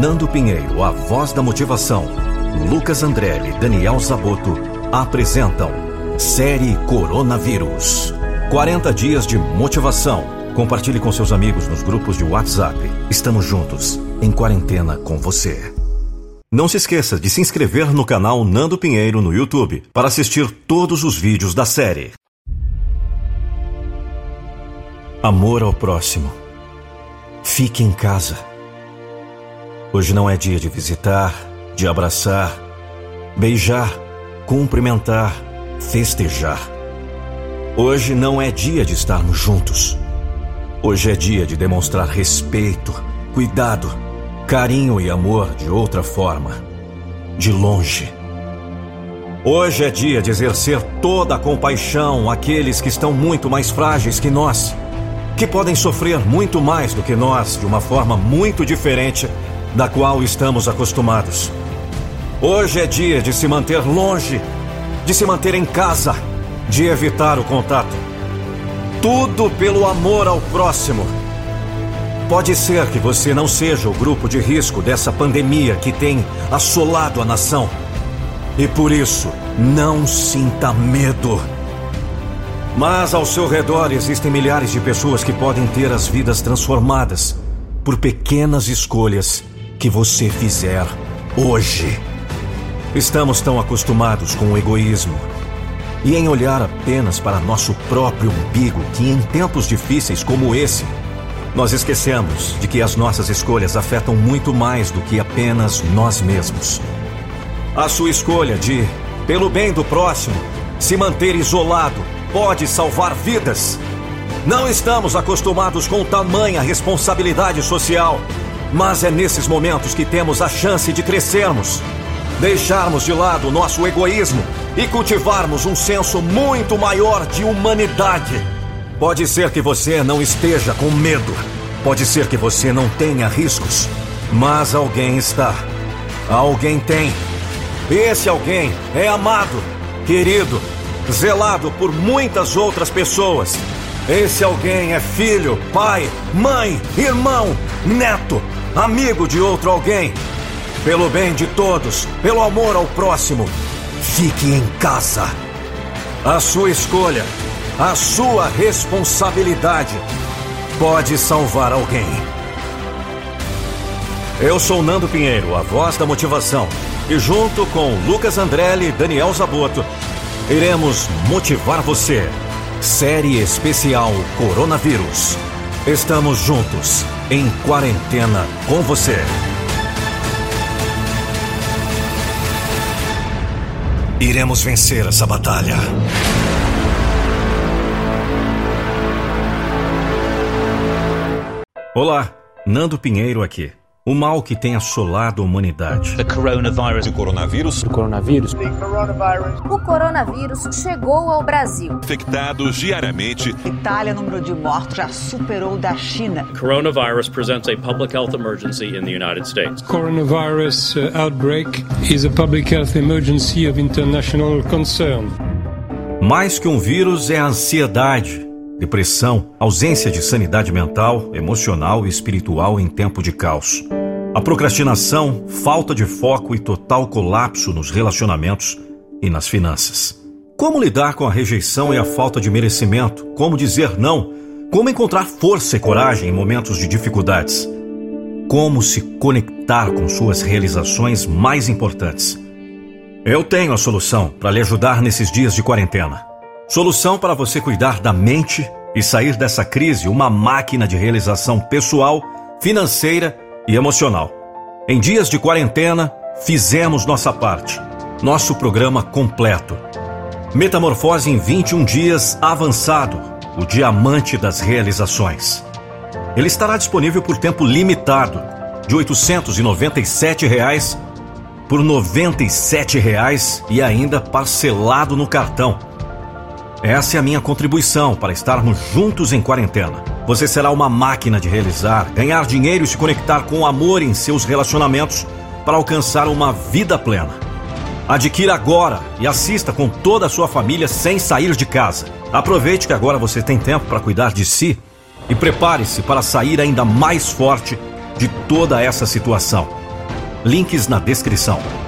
Nando Pinheiro, a voz da motivação, Lucas Andrelli e Daniel Zaboto apresentam Série Coronavírus. 40 dias de motivação. Compartilhe com seus amigos nos grupos de WhatsApp. Estamos juntos, em quarentena com você. Não se esqueça de se inscrever no canal Nando Pinheiro no YouTube para assistir todos os vídeos da série. Amor ao próximo. Fique em casa. Hoje não é dia de visitar, de abraçar, beijar, cumprimentar, festejar. Hoje não é dia de estarmos juntos. Hoje é dia de demonstrar respeito, cuidado, carinho e amor de outra forma, de longe. Hoje é dia de exercer toda a compaixão àqueles que estão muito mais frágeis que nós, que podem sofrer muito mais do que nós de uma forma muito diferente da qual estamos acostumados. Hoje é dia de se manter longe, de se manter em casa, de evitar o contato. Tudo pelo amor ao próximo. Pode ser que você não seja o grupo de risco dessa pandemia que tem assolado a nação. E por isso, não sinta medo. Mas ao seu redor existem milhares de pessoas que podem ter as vidas transformadas por pequenas escolhas que você fizer hoje. Estamos tão acostumados com o egoísmo e em olhar apenas para nosso próprio umbigo que em tempos difíceis como esse, nós esquecemos de que as nossas escolhas afetam muito mais do que apenas nós mesmos. A sua escolha de, pelo bem do próximo, se manter isolado pode salvar vidas. Não estamos acostumados com tamanha responsabilidade social, mas é nesses momentos que temos a chance de crescermos, deixarmos de lado o nosso egoísmo e cultivarmos um senso muito maior de humanidade. Pode ser que você não esteja com medo, pode ser que você não tenha riscos, mas alguém está. Alguém tem. Esse alguém é amado, querido, zelado por muitas outras pessoas. Esse alguém é filho, pai, mãe, irmão, neto, amigo de outro alguém. Pelo bem de todos, pelo amor ao próximo, fique em casa. A sua escolha, a sua responsabilidade pode salvar alguém. Eu sou Nando Pinheiro, a voz da motivação. E junto com Lucas Andrelli e Daniel Zaboto, iremos motivar você. Série especial Coronavírus. Estamos juntos, em quarentena com você. Iremos vencer essa batalha. Olá, Nando Pinheiro aqui. O mal que tem assolado a humanidade. The coronavirus. O coronavírus. O coronavírus. O coronavírus chegou ao Brasil. Infectados diariamente. Itália, número de mortos já superou o da China. Coronavirus presents a public health emergency in the United States. Coronavirus outbreak is a public health emergency of international concern. Mais que um vírus é a ansiedade, depressão, ausência de sanidade mental, emocional e espiritual em tempo de caos. A procrastinação, falta de foco e total colapso nos relacionamentos e nas finanças. Como lidar com a rejeição e a falta de merecimento? Como dizer não? Como encontrar força e coragem em momentos de dificuldades? Como se conectar com suas realizações mais importantes? Eu tenho a solução para lhe ajudar nesses dias de quarentena. Solução para você cuidar da mente e sair dessa crise uma máquina de realização pessoal, financeira e emocional. Em dias de quarentena, fizemos nossa parte. Nosso programa completo. Metamorfose em 21 dias avançado, o diamante das realizações. Ele estará disponível por tempo limitado, de R$ 897 por R$ 97 e ainda parcelado no cartão. Essa é a minha contribuição para estarmos juntos em quarentena. Você será uma máquina de realizar, ganhar dinheiro e se conectar com amor em seus relacionamentos para alcançar uma vida plena. Adquira agora e assista com toda a sua família sem sair de casa. Aproveite que agora você tem tempo para cuidar de si e prepare-se para sair ainda mais forte de toda essa situação. Links na descrição.